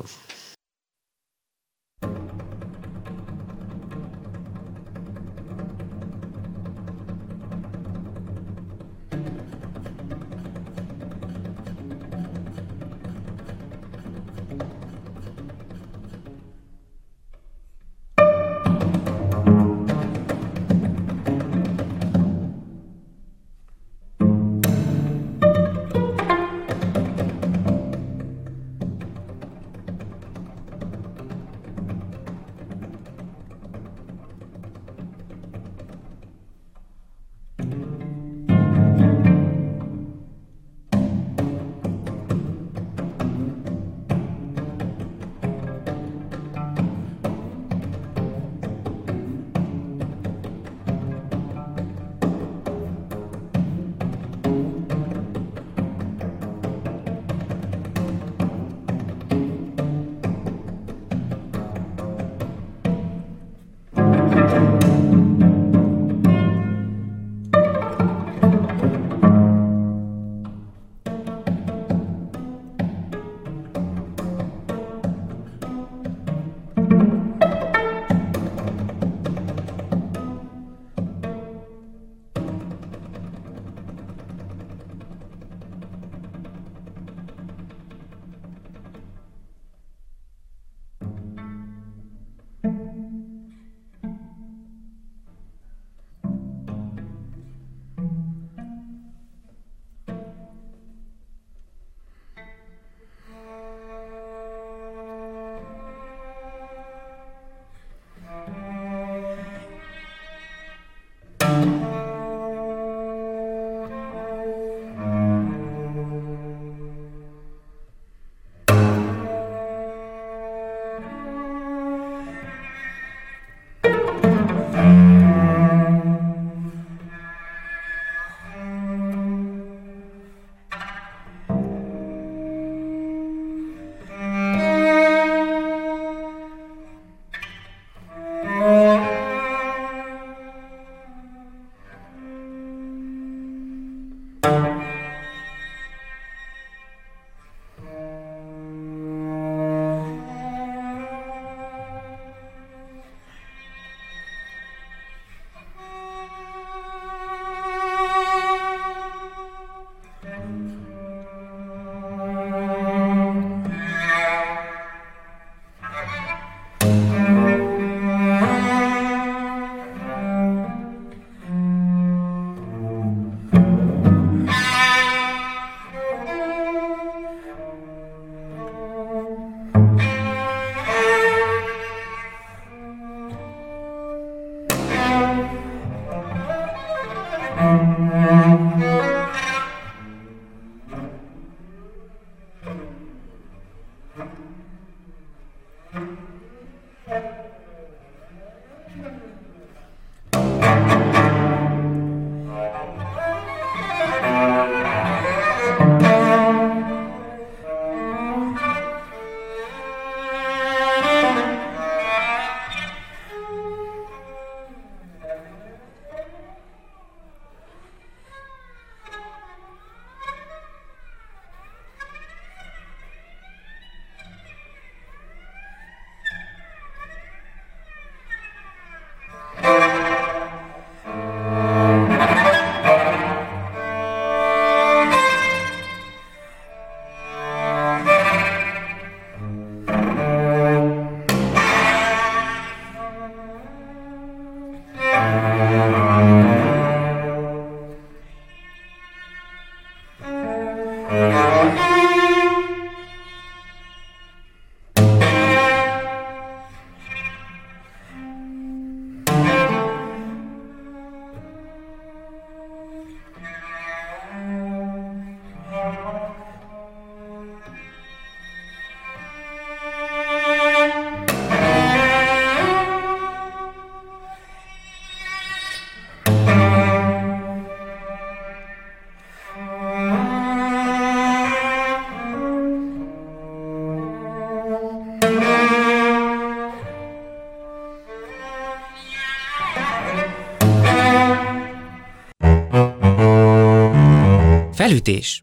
Felütés.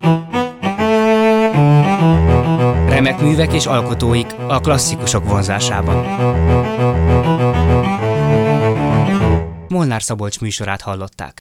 Remek művek és alkotóik a klasszikusok vonzásában. Molnár Szabolcs műsorát hallották.